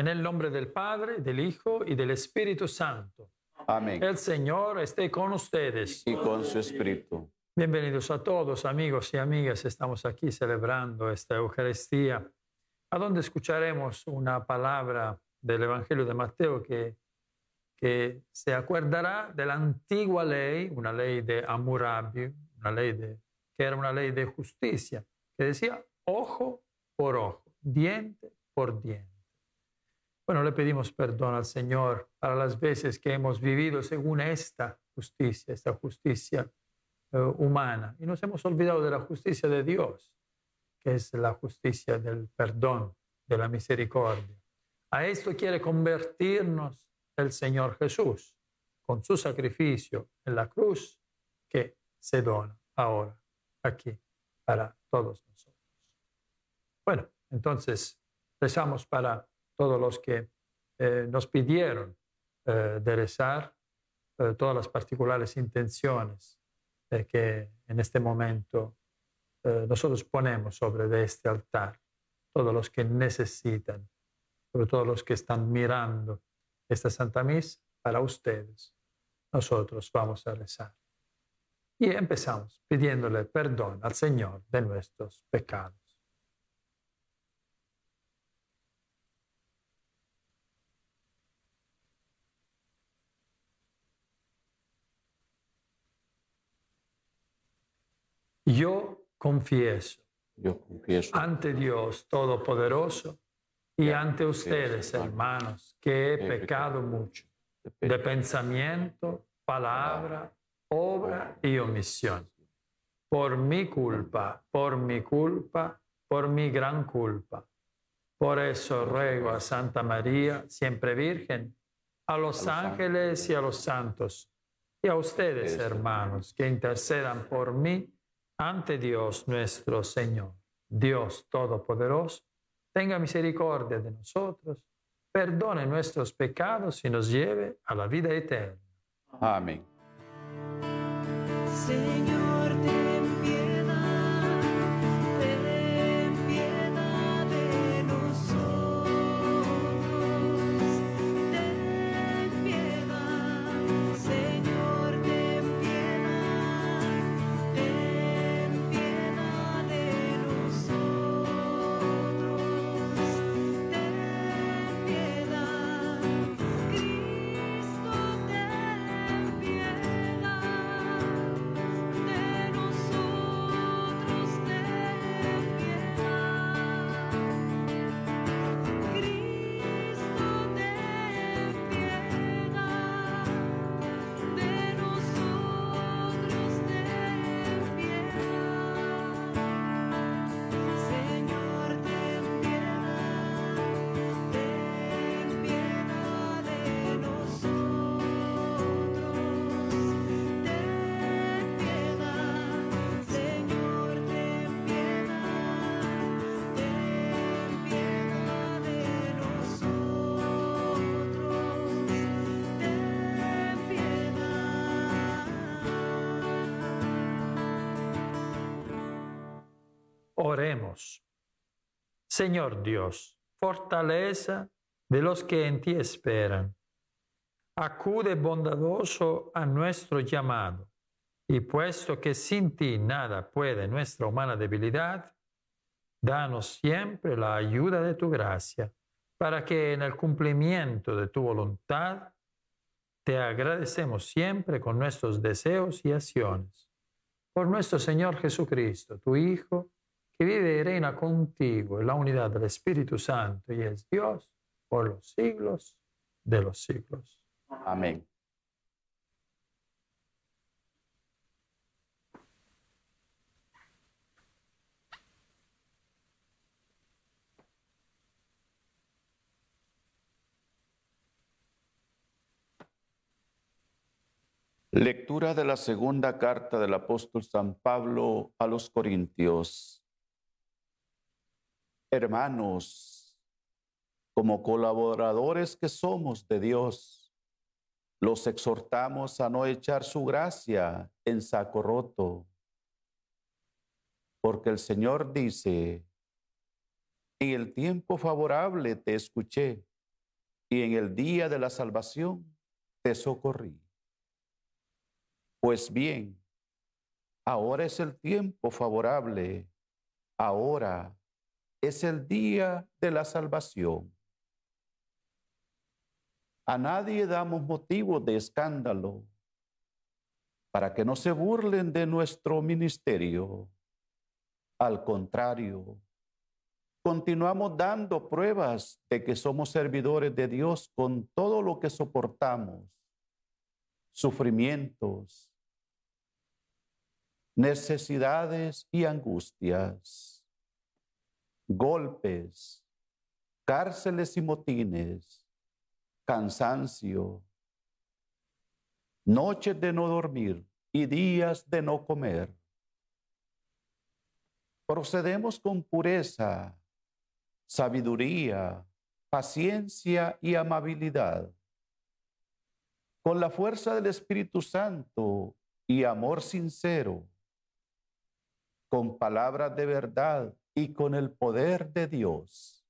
En el nombre del Padre, del Hijo y del Espíritu Santo. Amén. El Señor esté con ustedes. Y con su espíritu. Bienvenidos a todos, amigos y amigas. Estamos aquí celebrando esta Eucaristía, a donde escucharemos una palabra del Evangelio de Mateo que se acordará de la antigua ley, una ley de Hammurabi, que era una ley de justicia, que decía ojo por ojo, diente por diente. Bueno, le pedimos perdón al Señor para las veces que hemos vivido según esta justicia humana, y nos hemos olvidado de la justicia de Dios, que es la justicia del perdón, de la misericordia. A esto quiere convertirnos el Señor Jesús, con su sacrificio en la cruz, que se dona ahora, aquí, para todos nosotros. Bueno, entonces rezamos para todos los que nos pidieron de rezar, todas las particulares intenciones que en este momento nosotros ponemos sobre de este altar, todos los que necesitan, sobre todo los que están mirando esta Santa Misa, para ustedes, nosotros vamos a rezar. Y empezamos pidiéndole perdón al Señor de nuestros pecados. Yo confieso ante Dios Todopoderoso y ante ustedes, hermanos, que he pecado mucho de pensamiento, palabra, obra y omisión. Por mi culpa, por mi gran culpa. Por eso ruego a Santa María, siempre Virgen, a los ángeles y a los santos, y a ustedes, hermanos, que intercedan por mí ante Dios nuestro Señor. Dios Todopoderoso, tenga misericordia de nosotros, perdone nuestros pecados y nos lleve a la vida eterna. Amén. Señor, ten piedad de nosotros. Ten piedad, Señor, ten piedad de nosotros. Ten piedad, Cristo, ten piedad de nosotros, ten piedad. Cristo, ten piedad de nosotros, ten piedad. Señor, ten piedad de nosotros. Ten piedad, Señor, ten piedad de nosotros. Ten piedad. Oremos. Señor Dios, fortaleza de los que en ti esperan, acude bondadoso a nuestro llamado, y puesto que sin ti nada puede nuestra humana debilidad, danos siempre la ayuda de tu gracia, para que en el cumplimiento de tu voluntad te agradecemos siempre con nuestros deseos y acciones. Por nuestro Señor Jesucristo, tu Hijo, que vive y reina contigo en la unidad del Espíritu Santo y es Dios por los siglos de los siglos. Amén. Lectura de la segunda carta del apóstol San Pablo a los Corintios. Hermanos, como colaboradores que somos de Dios, los exhortamos a no echar su gracia en saco roto, porque el Señor dice: en el tiempo favorable te escuché, y en el día de la salvación te socorrí. Pues bien, ahora es el tiempo favorable, ahora es el día de la salvación. A nadie damos motivos de escándalo para que no se burlen de nuestro ministerio. Al contrario, continuamos dando pruebas de que somos servidores de Dios con todo lo que soportamos, sufrimientos, necesidades y angustias, golpes, cárceles y motines, cansancio, noches de no dormir y días de no comer. Procedemos con pureza, sabiduría, paciencia y amabilidad, con la fuerza del Espíritu Santo y amor sincero, con palabras de verdad y con el poder de Dios.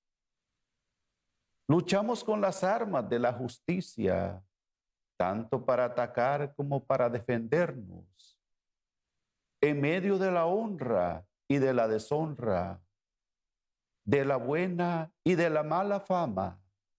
Luchamos con las armas de la justicia, tanto para atacar como para defendernos, en medio de la honra y de la deshonra, de la buena y de la mala fama.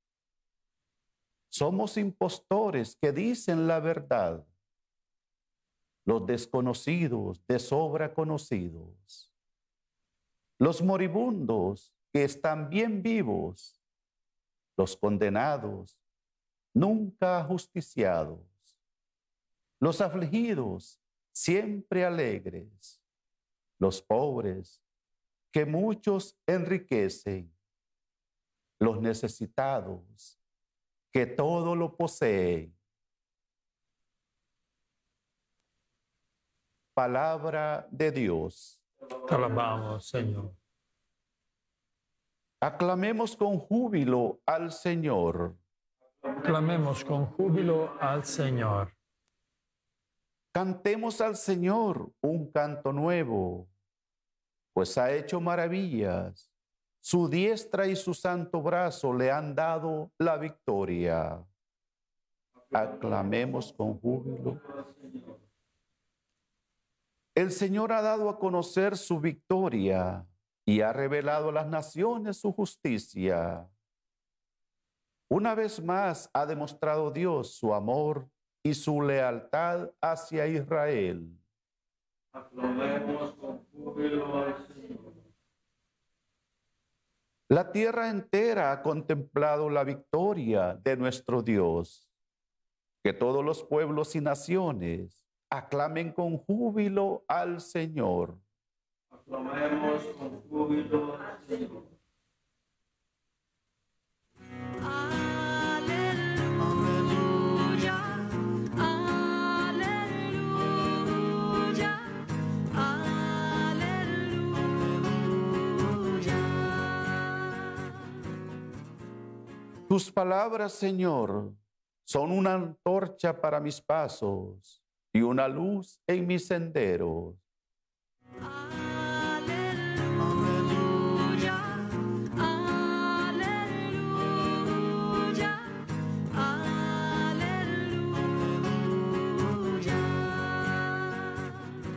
Somos impostores que dicen la verdad, los desconocidos de sobra conocidos, los moribundos que están bien vivos, los condenados, nunca ajusticiados, los afligidos, siempre alegres, los pobres, que muchos enriquecen, los necesitados, que todo lo poseen. Palabra de Dios. Te alabamos, Señor. Aclamemos con júbilo al Señor. Clamemos con júbilo al Señor. Cantemos al Señor un canto nuevo, pues ha hecho maravillas. Su diestra y su santo brazo le han dado la victoria. Aclamemos con júbilo. El Señor ha dado a conocer su victoria y ha revelado a las naciones su justicia. Una vez más ha demostrado Dios su amor y su lealtad hacia Israel. Aclamemos con júbilo al Señor. La tierra entera ha contemplado la victoria de nuestro Dios. Que todos los pueblos y naciones aclamen con júbilo al Señor. Aclamemos con júbilo al Señor. Aleluya, aleluya, aleluya. Tus palabras, Señor, son una antorcha para mis pasos y una luz en mis senderos. Aleluya, aleluya, aleluya.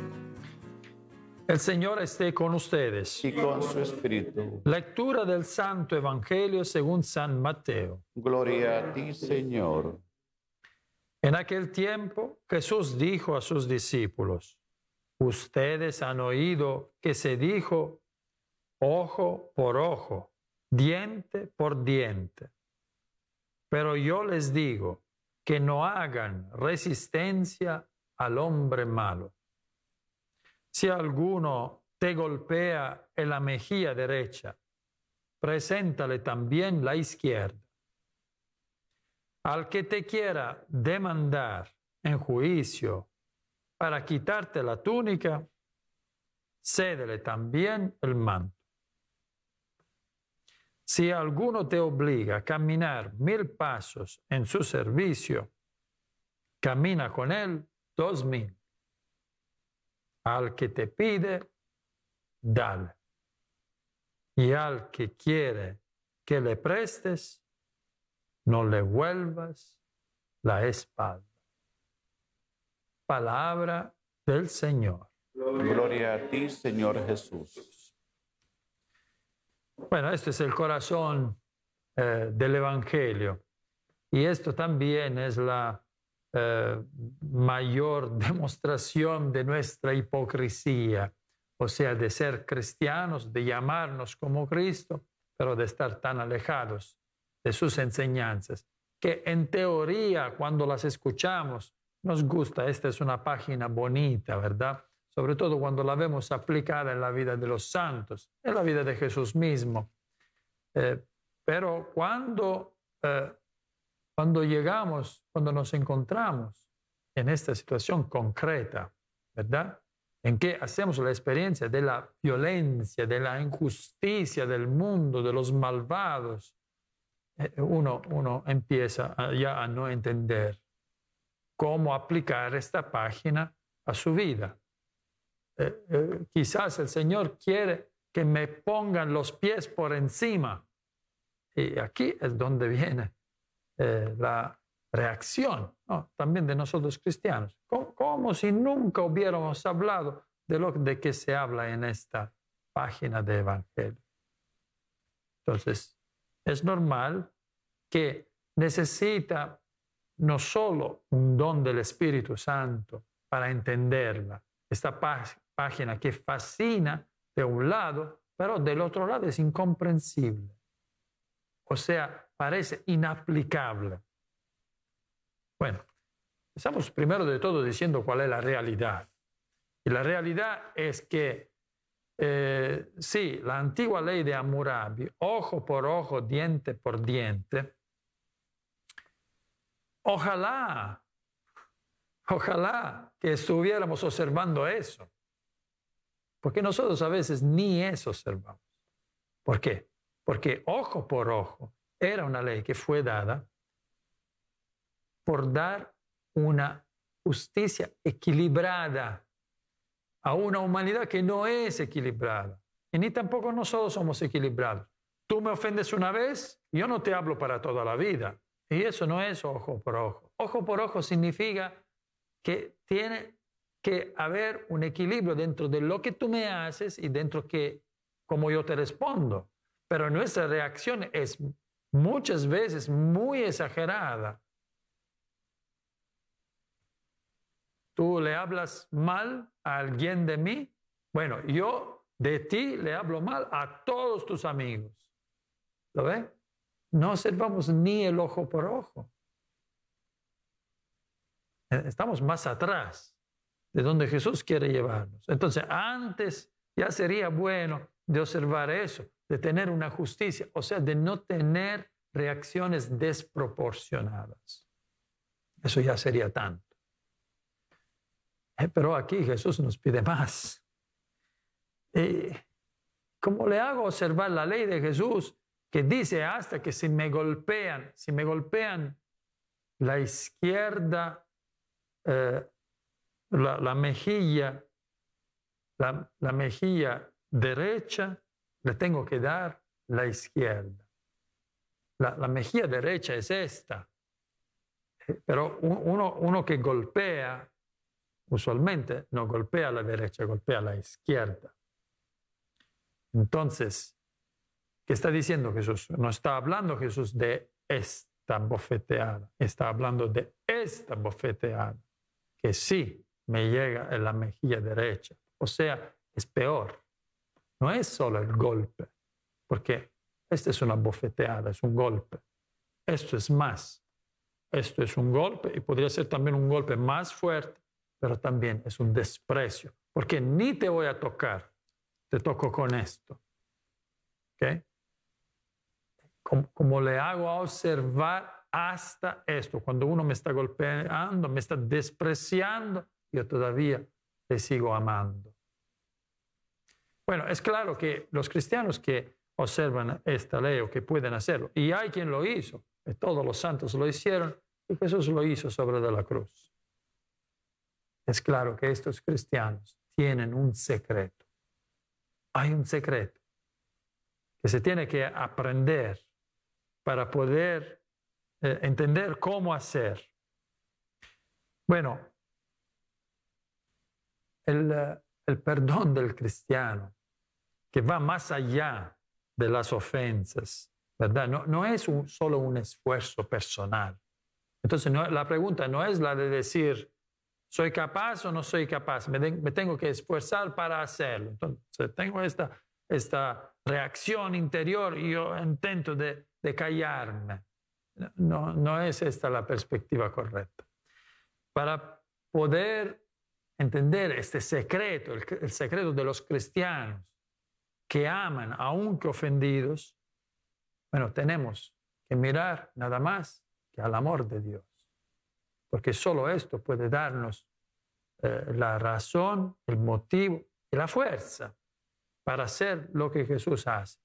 El Señor esté con ustedes. Y con su espíritu. Lectura del Santo Evangelio según San Mateo. Gloria a ti, Señor. En aquel tiempo Jesús dijo a sus discípulos: ustedes han oído que se dijo ojo por ojo, diente por diente. Pero yo les digo que no hagan resistencia al hombre malo. Si alguno te golpea en la mejilla derecha, preséntale también la izquierda. Al que te quiera demandar en juicio para quitarte la túnica, cédele también el manto. Si alguno te obliga a caminar 1000 pasos en su servicio, camina con él 2000. Al que te pide, dale. Y al que quiere que le prestes, no le vuelvas la espalda. Palabra del Señor. Gloria a ti, Señor Jesús. Bueno, este es el corazón del Evangelio. Y esto también es la mayor demostración de nuestra hipocresía, o sea, de ser cristianos, de llamarnos como Cristo, pero de estar tan alejados de sus enseñanzas, que en teoría, cuando las escuchamos, nos gusta. Esta es una página bonita, ¿verdad? Sobre todo cuando la vemos aplicada en la vida de los santos, en la vida de Jesús mismo. Pero cuando llegamos, cuando nos encontramos en esta situación concreta, ¿verdad? En que hacemos la experiencia de la violencia, de la injusticia del mundo, de los malvados, uno empieza ya a no entender cómo aplicar esta página a su vida. Quizás el Señor quiere que me pongan los pies por encima. Y aquí es donde viene la reacción, ¿no? También de nosotros cristianos. Como si nunca hubiéramos hablado de lo de que se habla en esta página de Evangelio. Entonces, es normal que necesita no solo un don del Espíritu Santo para entenderla, esta página que fascina de un lado, pero del otro lado es incomprensible. O sea, parece inaplicable. Bueno, empezamos primero de todo diciendo cuál es la realidad. Y la realidad es que, sí, la antigua ley de Hammurabi, ojo por ojo, diente por diente, ojalá que estuviéramos observando eso. Porque nosotros a veces ni eso observamos. ¿Por qué? Porque ojo por ojo era una ley que fue dada por dar una justicia equilibrada a una humanidad que no es equilibrada. Y ni tampoco nosotros somos equilibrados. Tú me ofendes una vez, yo no te hablo para toda la vida. Y eso no es ojo por ojo. Ojo por ojo significa que tiene que haber un equilibrio dentro de lo que tú me haces y dentro de cómo yo te respondo. Pero nuestra reacción es muchas veces muy exagerada. Tú le hablas mal a alguien de mí, bueno, yo de ti le hablo mal a todos tus amigos. ¿Lo ves? No observamos ni el ojo por ojo. Estamos más atrás de donde Jesús quiere llevarnos. Entonces, antes ya sería bueno de observar eso, de tener una justicia, o sea, de no tener reacciones desproporcionadas. Eso ya sería tanto. Pero aquí Jesús nos pide más. ¿Cómo le hago observar la ley de Jesús que dice hasta que si me golpean la izquierda, la mejilla derecha, le tengo que dar la izquierda? La mejilla derecha es esta. Pero uno que golpea, usualmente no golpea a la derecha, golpea a la izquierda. Entonces, ¿qué está diciendo Jesús? No está hablando Jesús de esta bofeteada, está hablando de esta bofeteada, que sí me llega en la mejilla derecha. O sea, es peor. No es solo el golpe, porque esta es una bofeteada, es un golpe. Esto es más. Esto es un golpe y podría ser también un golpe más fuerte, pero también es un desprecio, porque ni te voy a tocar, te toco con esto. ¿Ok? Como le hago a observar hasta esto, cuando uno me está golpeando, me está despreciando, yo todavía le sigo amando. Bueno, es claro que los cristianos que observan esta ley o que pueden hacerlo, y hay quien lo hizo, que todos los santos lo hicieron, y Jesús lo hizo sobre de la cruz. Es claro que estos cristianos tienen un secreto. Hay un secreto que se tiene que aprender para poder entender cómo hacer. Bueno, el perdón del cristiano, que va más allá de las ofensas, ¿verdad? No es solo un esfuerzo personal. Entonces, la pregunta no es la de decir, ¿soy capaz o no soy capaz? Me tengo que esforzar para hacerlo. Entonces, tengo esta reacción interior y yo intento de callarme. No es esta la perspectiva correcta. Para poder entender este secreto, el secreto de los cristianos que aman aunque ofendidos, bueno, tenemos que mirar nada más que al amor de Dios, porque solo esto puede darnos la razón, el motivo y la fuerza para hacer lo que Jesús hace.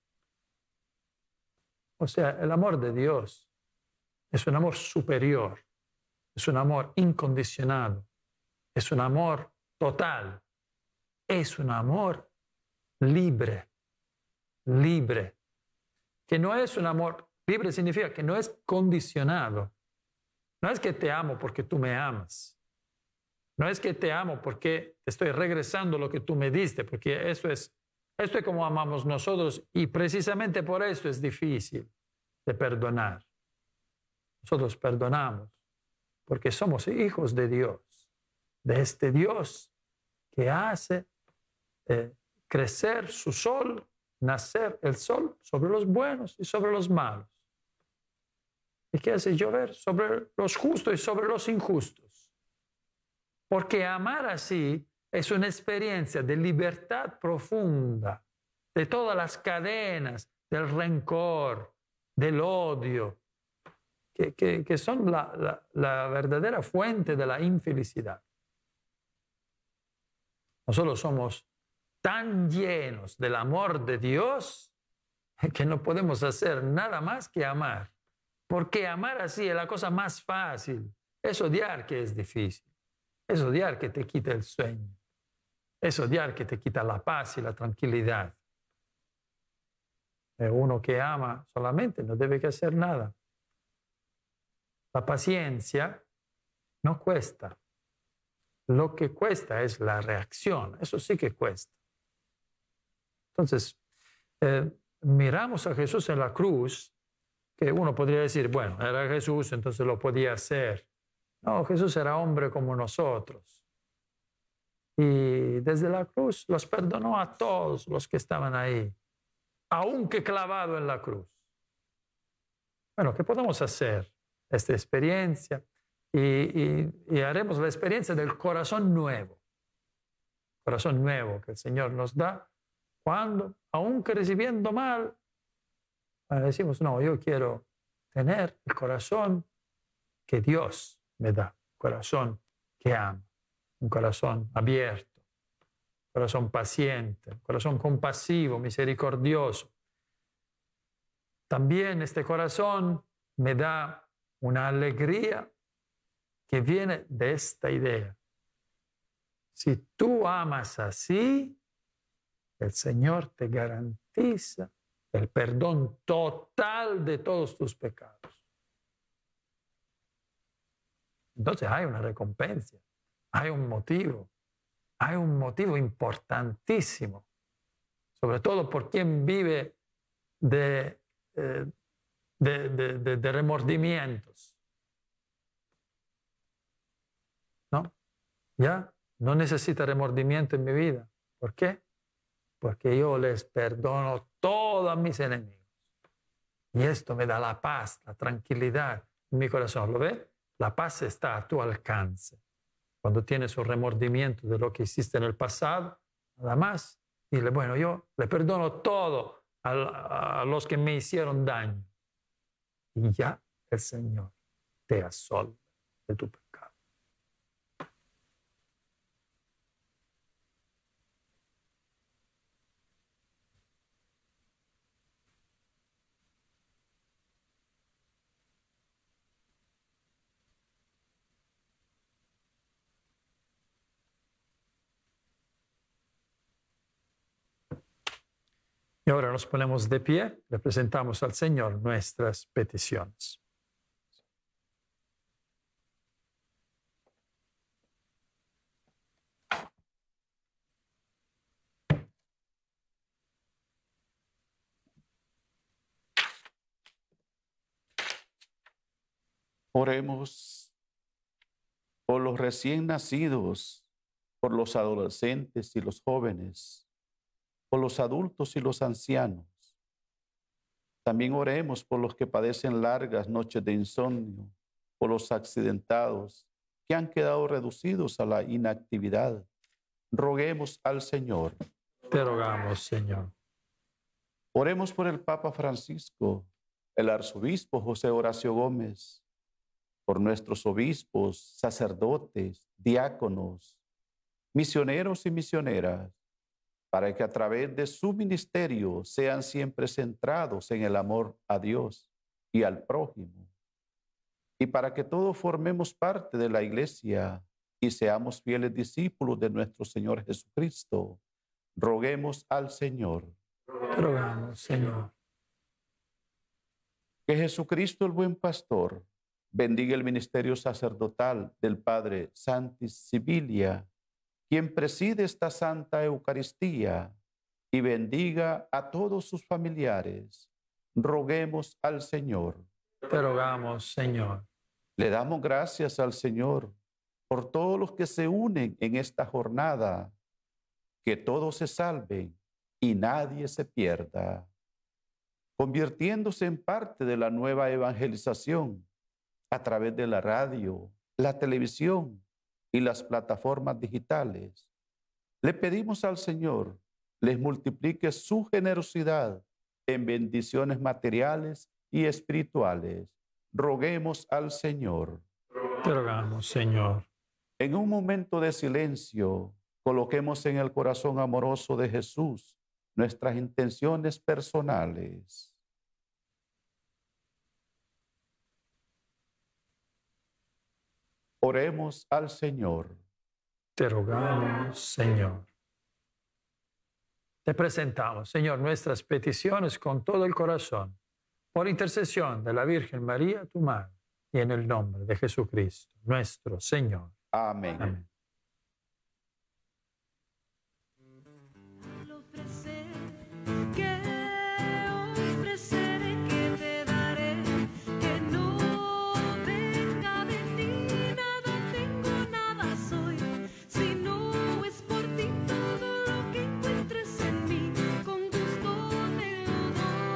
O sea, el amor de Dios es un amor superior, es un amor incondicionado, es un amor total, es un amor libre, libre, que no es un amor libre, significa que no es condicionado. No es que te amo porque tú me amas. No es que te amo porque te estoy regresando lo que tú me diste, porque esto es como amamos nosotros y precisamente por eso es difícil de perdonar. Nosotros perdonamos porque somos hijos de Dios, de este Dios que hace crecer su sol, nacer el sol sobre los buenos y sobre los malos. Y que hace llover sobre los justos y sobre los injustos. Porque amar así es una experiencia de libertad profunda de todas las cadenas del rencor, del odio, que son la verdadera fuente de la infelicidad. Nosotros somos tan llenos del amor de Dios que no podemos hacer nada más que amar. Porque amar así es la cosa más fácil. Es odiar que es difícil. Es odiar que te quita el sueño. Es odiar que te quita la paz y la tranquilidad. Uno que ama solamente no debe que hacer nada. La paciencia no cuesta. Lo que cuesta es la reacción. Eso sí que cuesta. Entonces, miramos a Jesús en la cruz, que uno podría decir, bueno, era Jesús, entonces lo podía hacer. No, Jesús era hombre como nosotros. Y desde la cruz los perdonó a todos los que estaban ahí, aunque clavado en la cruz. Bueno, ¿qué podemos hacer? Esta experiencia y haremos la experiencia del corazón nuevo que el Señor nos da cuando, aunque recibiendo mal, decimos, no, yo quiero tener el corazón que Dios me da, un corazón que ama, un corazón abierto, un corazón paciente, un corazón compasivo, misericordioso. También este corazón me da una alegría que viene de esta idea. Si tú amas así, el Señor te garantiza el perdón total de todos tus pecados. Entonces hay una recompensa, hay un motivo importantísimo, sobre todo por quien vive de remordimientos. ¿No? Ya no necesita remordimiento en mi vida. ¿Por qué? Porque yo les perdono todos mis enemigos. Y esto me da la paz, la tranquilidad en mi corazón. ¿Lo ves? La paz está a tu alcance. Cuando tienes un remordimiento de lo que hiciste en el pasado, nada más, dile, bueno, yo le perdono todo a los que me hicieron daño. Y ya el Señor te absolve de tu pecado. Y ahora nos ponemos de pie, le presentamos al Señor nuestras peticiones. Oremos por los recién nacidos, por los adolescentes y los jóvenes, por los adultos y los ancianos. También oremos por los que padecen largas noches de insomnio, por los accidentados que han quedado reducidos a la inactividad. Roguemos al Señor. Te rogamos, Señor. Oremos por el Papa Francisco, el arzobispo José Horacio Gómez, por nuestros obispos, sacerdotes, diáconos, misioneros y misioneras, para que a través de su ministerio sean siempre centrados en el amor a Dios y al prójimo, y para que todos formemos parte de la Iglesia y seamos fieles discípulos de nuestro Señor Jesucristo. Roguemos al Señor. Te rogamos, Señor. Que Jesucristo, el buen pastor, bendiga el ministerio sacerdotal del Padre Santis Sibilia, quien preside esta Santa Eucaristía, y bendiga a todos sus familiares. Roguemos al Señor. Te rogamos, Señor. Le damos gracias al Señor por todos los que se unen en esta jornada, que todos se salven y nadie se pierda, convirtiéndose en parte de la nueva evangelización a través de la radio, la televisión y las plataformas digitales. Le pedimos al Señor les multiplique su generosidad en bendiciones materiales y espirituales. Roguemos al Señor. Te rogamos, Señor. En un momento de silencio, coloquemos en el corazón amoroso de Jesús nuestras intenciones personales. Oremos al Señor. Te rogamos, Señor. Te presentamos, Señor, nuestras peticiones con todo el corazón, por intercesión de la Virgen María, tu Madre, y en el nombre de Jesucristo, nuestro Señor. Amén. Amén. Al ofrecer, que ofreceré, que te daré, que no venga de ti, nada tengo, nada soy, si no es por ti todo lo que encuentres en mí, con gusto te lo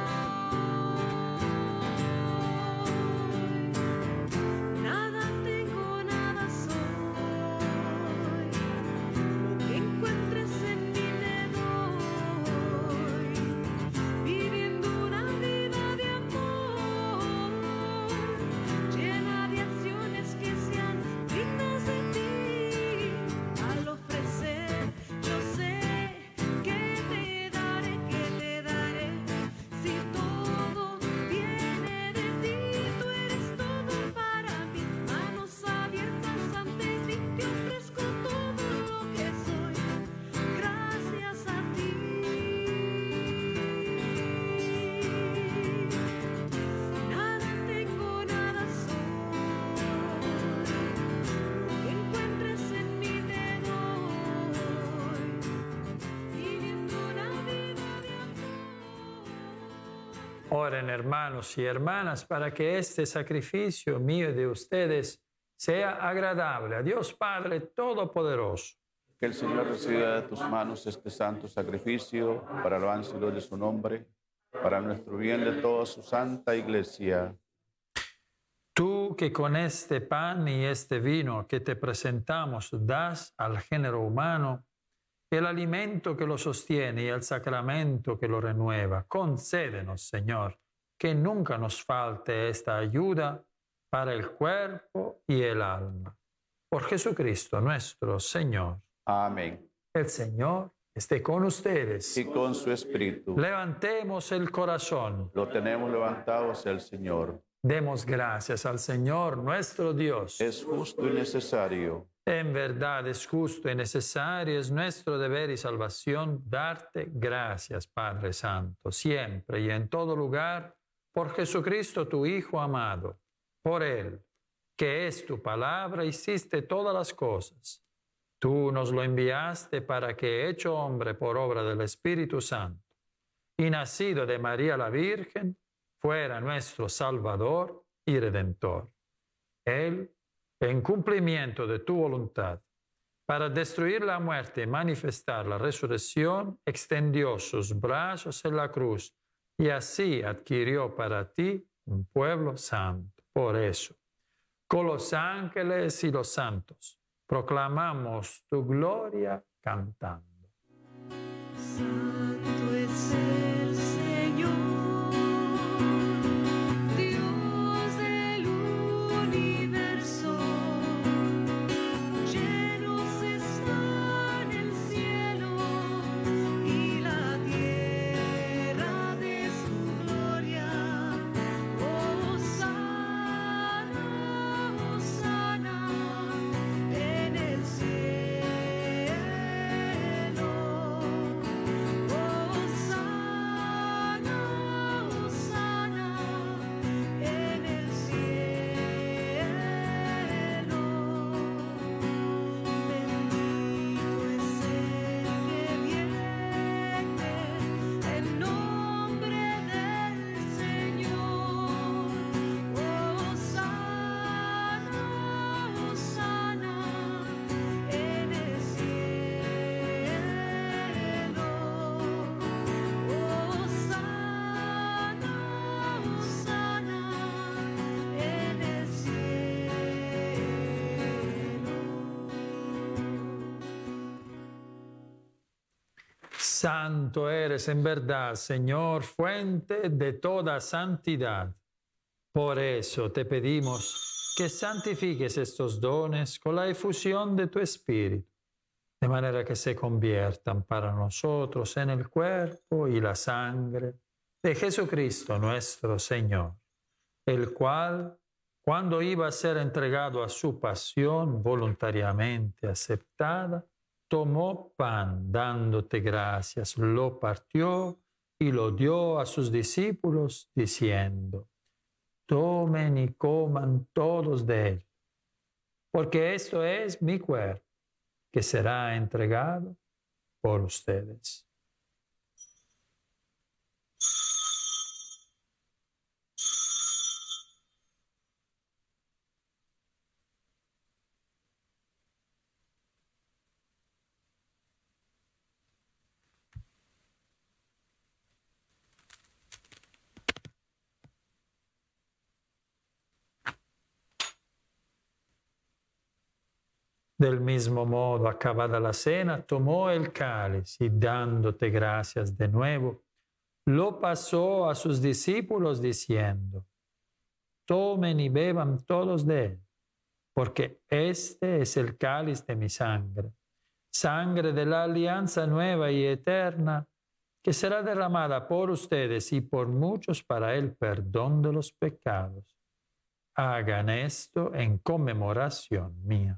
doy. Nada tengo, nada soy, lo que encuentres en mí te doy, viviendo una vida de amor, llena de acciones que sean dignas de ti. Al ofrecer, yo sé que te daré, si todo viene de ti, tú eres todo para mí. Manos abiertas ante ti, te ofrezco todo lo que soy, gracias a ti. Nada tengo, nada soy, lo que encuentres en mí te doy, viviendo una vida de amor. Oren, hermanos y hermanas, para que este sacrificio mío y de ustedes sea agradable a Dios Padre Todopoderoso. Que el Señor reciba de tus manos este santo sacrificio para alabanza y gloria de su nombre, para nuestro bien de toda su santa iglesia. Tú que con este pan y este vino que te presentamos das al género humano el alimento que lo sostiene y el sacramento que lo renueva, concédenos, Señor, que nunca nos falte esta ayuda para el cuerpo y el alma. Por Jesucristo nuestro Señor. Amén. El Señor esté con ustedes. Y con su espíritu. Levantemos el corazón. Lo tenemos levantado hacia el Señor. Demos gracias al Señor nuestro Dios. Es justo y necesario. En verdad es justo y necesario, es nuestro deber y salvación darte gracias, Padre Santo, siempre y en todo lugar, por Jesucristo tu Hijo amado. Por Él, que es tu palabra, hiciste todas las cosas. Tú nos lo enviaste para que, hecho hombre por obra del Espíritu Santo, y nacido de María la Virgen, fuera nuestro Salvador y Redentor. Él, en cumplimiento de tu voluntad, para destruir la muerte y manifestar la resurrección, extendió sus brazos en la cruz y así adquirió para ti un pueblo santo. Por eso, con los ángeles y los santos, proclamamos tu gloria cantando. Santo es el Señor, Dios del universo. Llenos están el cielo y la tierra de su gloria. Hosana, hosana en el cielo. Hosana, hosana en el cielo. Bendito es el que viene en nombre del Señor. Hosana, hosana en el cielo. Hosana, hosana en el Santo eres en verdad, Señor, fuente de toda santidad. Por eso te pedimos que santifiques estos dones con la efusión de tu Espíritu, de manera que se conviertan para nosotros en el cuerpo y la sangre de Jesucristo nuestro Señor, el cual, cuando iba a ser entregado a su pasión voluntariamente aceptada, tomó pan, dándote gracias, lo partió y lo dio a sus discípulos, diciendo: tomen y coman todos de él, porque esto es mi cuerpo, que será entregado por ustedes. Del mismo modo, acabada la cena, tomó el cáliz y dándote gracias de nuevo, lo pasó a sus discípulos diciendo: tomen y beban todos de él, porque este es el cáliz de mi sangre, sangre de la alianza nueva y eterna, que será derramada por ustedes y por muchos para el perdón de los pecados. Hagan esto en conmemoración mía.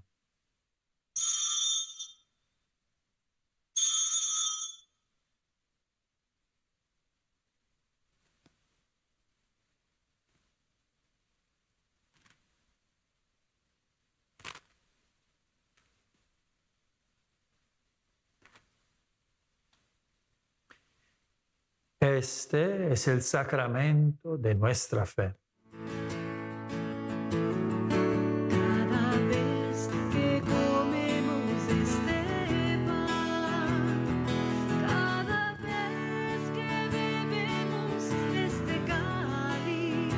Este es el sacramento de nuestra fe. Cada vez que comemos este pan, cada vez que bebemos este cáliz,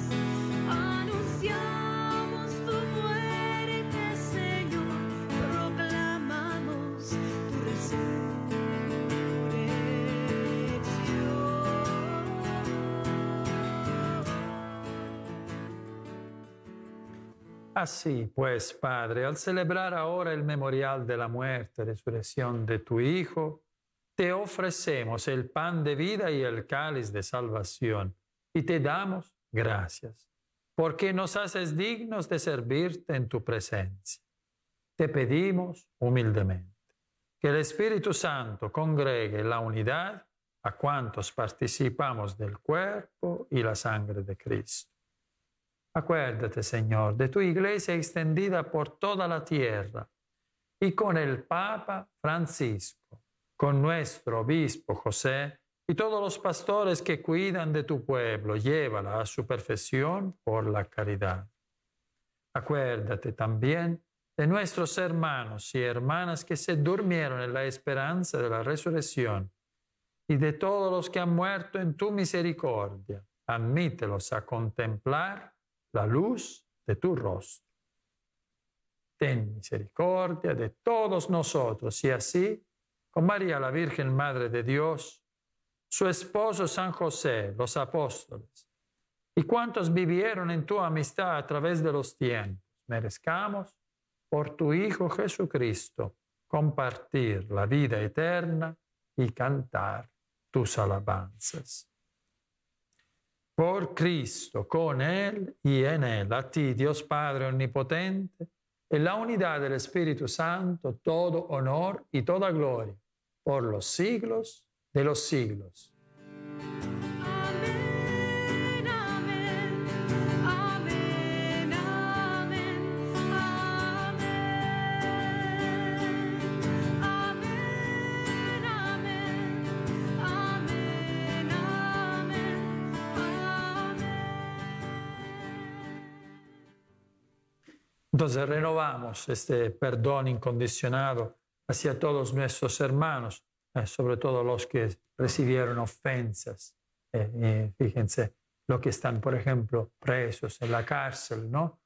anunciamos tu muerte, Señor, proclamamos tu resurrección. Así pues, Padre, al celebrar ahora el memorial de la muerte y resurrección de tu Hijo, te ofrecemos el pan de vida y el cáliz de salvación, y te damos gracias, porque nos haces dignos de servirte en tu presencia. Te pedimos humildemente que el Espíritu Santo congregue en la unidad a cuantos participamos del cuerpo y la sangre de Cristo. Acuérdate, Señor, de tu iglesia extendida por toda la tierra y con el Papa Francisco, con nuestro obispo José y todos los pastores que cuidan de tu pueblo, llévala a su perfección por la caridad. Acuérdate también de nuestros hermanos y hermanas que se durmieron en la esperanza de la resurrección y de todos los que han muerto en tu misericordia. Admítelos a contemplar la luz de tu rostro. Ten misericordia de todos nosotros y así, con María la Virgen Madre de Dios, su esposo San José, los apóstoles, y cuantos vivieron en tu amistad a través de los tiempos, merezcamos por tu Hijo Jesucristo compartir la vida eterna y cantar tus alabanzas. Por Cristo, con Él y en Él, a ti, Dios Padre Omnipotente, en la unidad del Espíritu Santo, todo honor y toda gloria, por los siglos de los siglos. Amén, amén, amén, amén, amén, amén, amén, amén, Entonces renovamos este perdón incondicionado hacia todos nuestros hermanos, sobre todo los que recibieron ofensas. Fíjense, los que están, por ejemplo, presos en la cárcel, ¿no?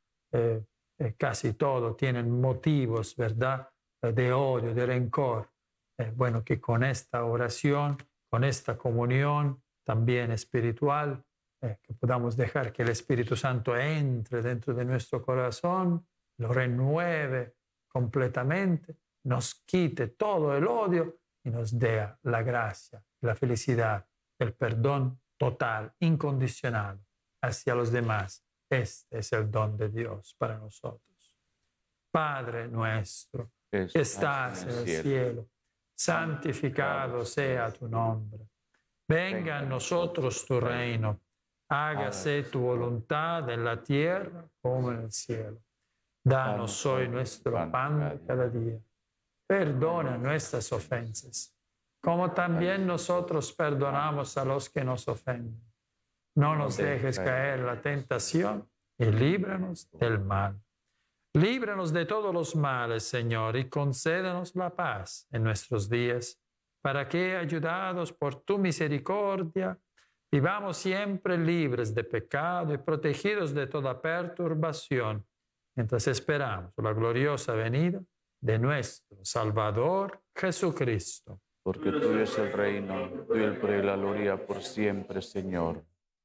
Casi todos tienen motivos, ¿verdad?, de odio, de rencor. Bueno, que con esta oración, con esta comunión también espiritual, que podamos dejar que el Espíritu Santo entre dentro de nuestro corazón, lo renueve completamente, nos quite todo el odio y nos dé la gracia, la felicidad, el perdón total, incondicional hacia los demás. Este es el don de Dios para nosotros. Padre nuestro, que estás en el cielo, santificado sea tu nombre. Venga a nosotros tu reino. Hágase tu voluntad en la tierra como en el cielo. Danos hoy nuestro pan de cada día. Perdona nuestras ofensas, como también nosotros perdonamos a los que nos ofenden. No nos dejes caer en la tentación y líbranos del mal. Líbranos de todos los males, Señor, y concédenos la paz en nuestros días, para que, ayudados por tu misericordia, vivamos siempre libres de pecado y protegidos de toda perturbación, mientras esperamos la gloriosa venida de nuestro Salvador Jesucristo. Porque tuyo es el reino, tuyo el poder y la gloria por siempre, Señor.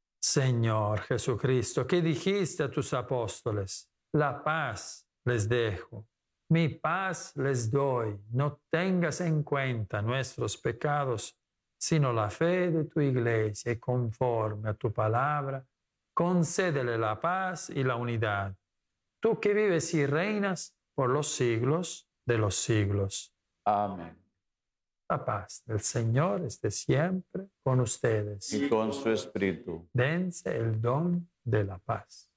Señor Jesucristo, que dijiste a tus apóstoles, la paz les dejo, mi paz les doy. No tengas en cuenta nuestros pecados, sino la fe de tu iglesia, y conforme a tu palabra, concédele la paz y la unidad. Tú que vives y reinas por los siglos de los siglos. Amén. La paz del Señor esté siempre con ustedes. Y con su espíritu. Dense el don de la paz.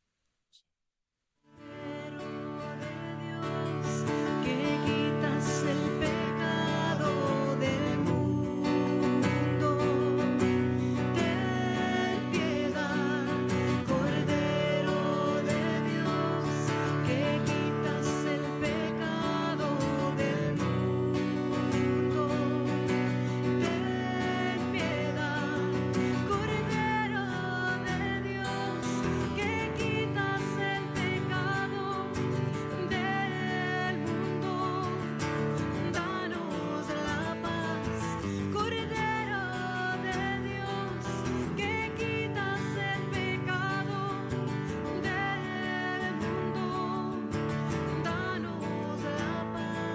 que quitas el pecado del mundo. Ten piedad, Cordero de Dios, que quitas el pecado del mundo. Ten piedad, Cordero de Dios, que quitas el pecado del mundo. Danos la paz, Cordero de Dios, que quitas el pecado del mundo. Danos la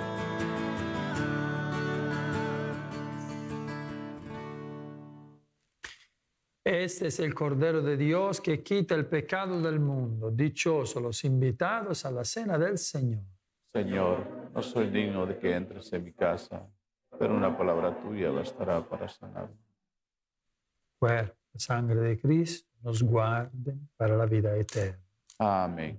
paz. Este es el Cordero de Dios que quita el pecado del mundo. Dichosos los invitados a la cena del Señor. Señor, no soy digno de que entres en mi casa, pero una palabra tuya bastará para sanarme. Cuerpo y sangre de Cristo nos guarden para la vida eterna. Amén.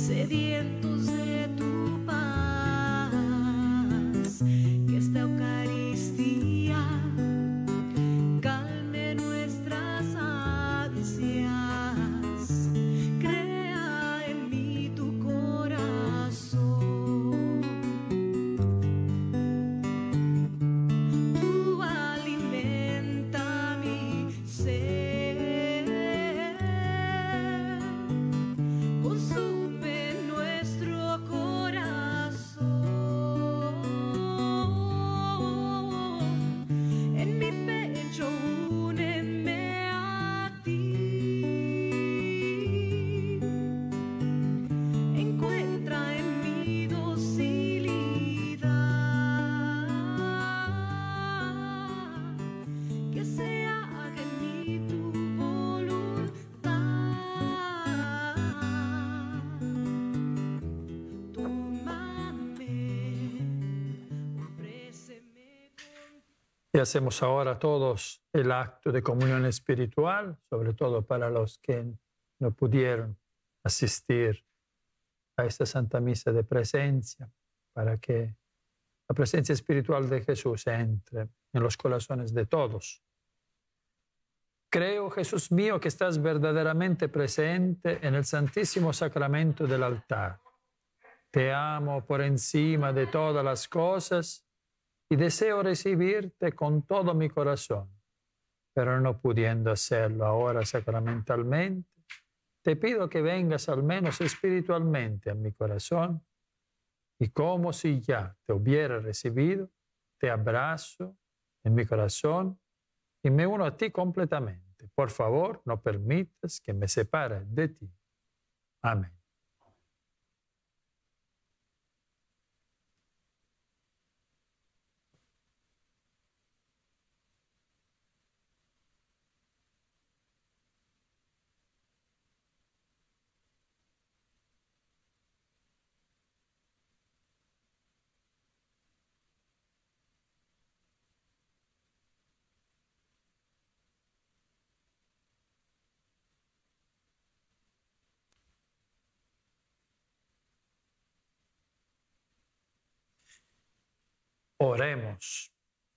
sedientos de tu paz, que esta Eucaristía calme nuestras ansias, crea en mí tu corazón. Tú alimenta mi ser, consume nuestro corazón. En mi pecho úneme a ti, encuentra en mi docilidad, que se haga en mí tu voluntad. Tómame, ofréceme con Y hacemos ahora todos el acto de comunión espiritual, sobre todo para los que no pudieron asistir a esta Santa Misa de presencia, para que la presencia espiritual de Jesús entre en los corazones de todos. Creo, Jesús mío, que estás verdaderamente presente en el Santísimo Sacramento del altar. Te amo por encima de todas las cosas y deseo recibirte con todo mi corazón, pero no pudiendo hacerlo ahora sacramentalmente, te pido que vengas al menos espiritualmente a mi corazón y como si ya te hubiera recibido, te abrazo en mi corazón y me uno a ti completamente. Por favor, no permitas que me separe de ti. Amén. Oremos.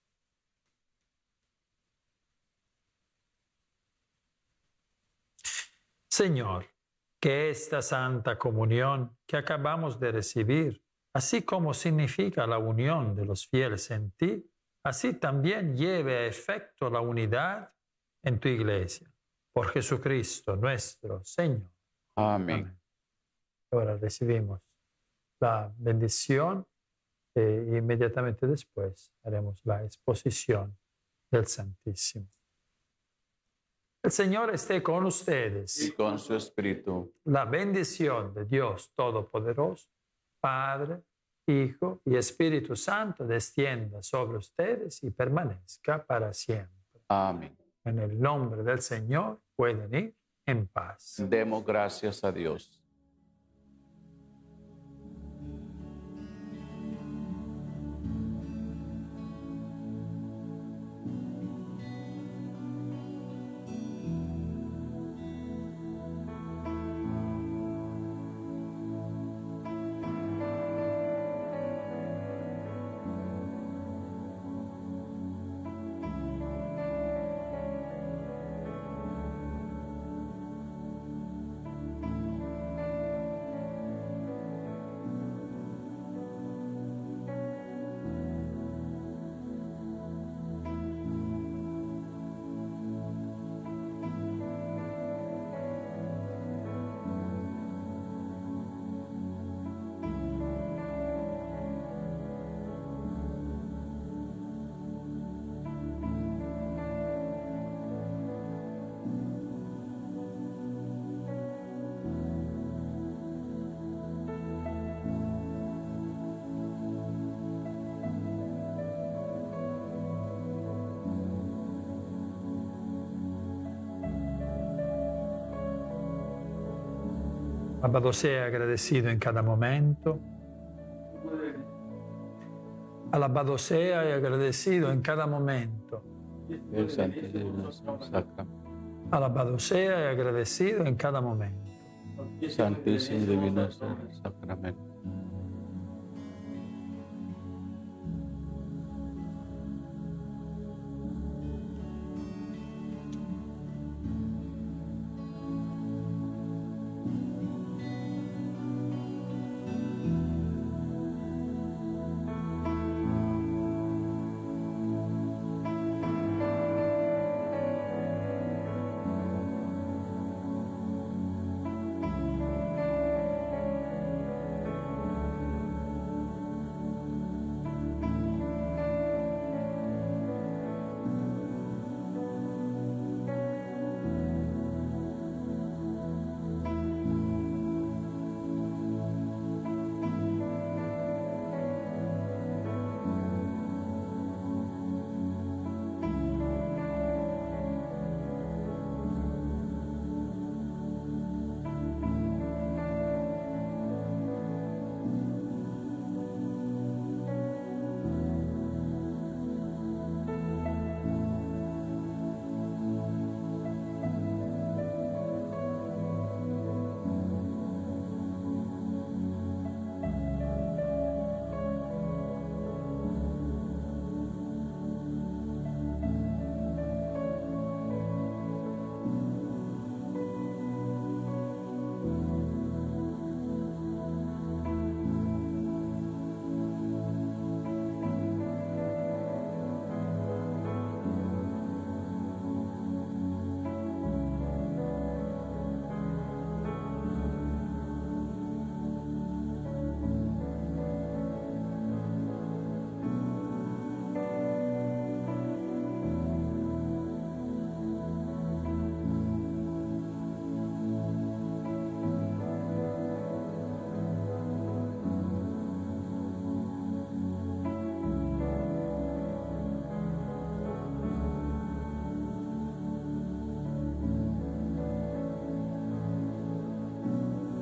Señor, que esta Santa Comunión que acabamos de recibir, así como significa la unión de los fieles en ti, así también lleve a efecto la unidad en tu Iglesia. Por Jesucristo nuestro Señor. Amén. Ahora recibimos la bendición e inmediatamente después haremos la exposición del Santísimo. El Señor esté con ustedes. Y con su espíritu. La bendición de Dios Todopoderoso, Padre, Hijo y Espíritu Santo descienda sobre ustedes y permanezca para siempre. Amén. En el nombre del Señor pueden ir en paz. Demos gracias a Dios. Alabado sea, agradecido en cada momento. Alabado sea y agradecido en cada momento. El Santísimo Sacramento. Alabado sea y agradecido en cada momento. Santísimo y Divino Sacramento.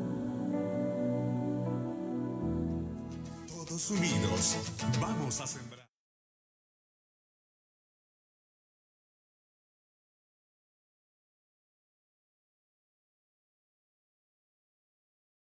Unidos, vamos a sembrar.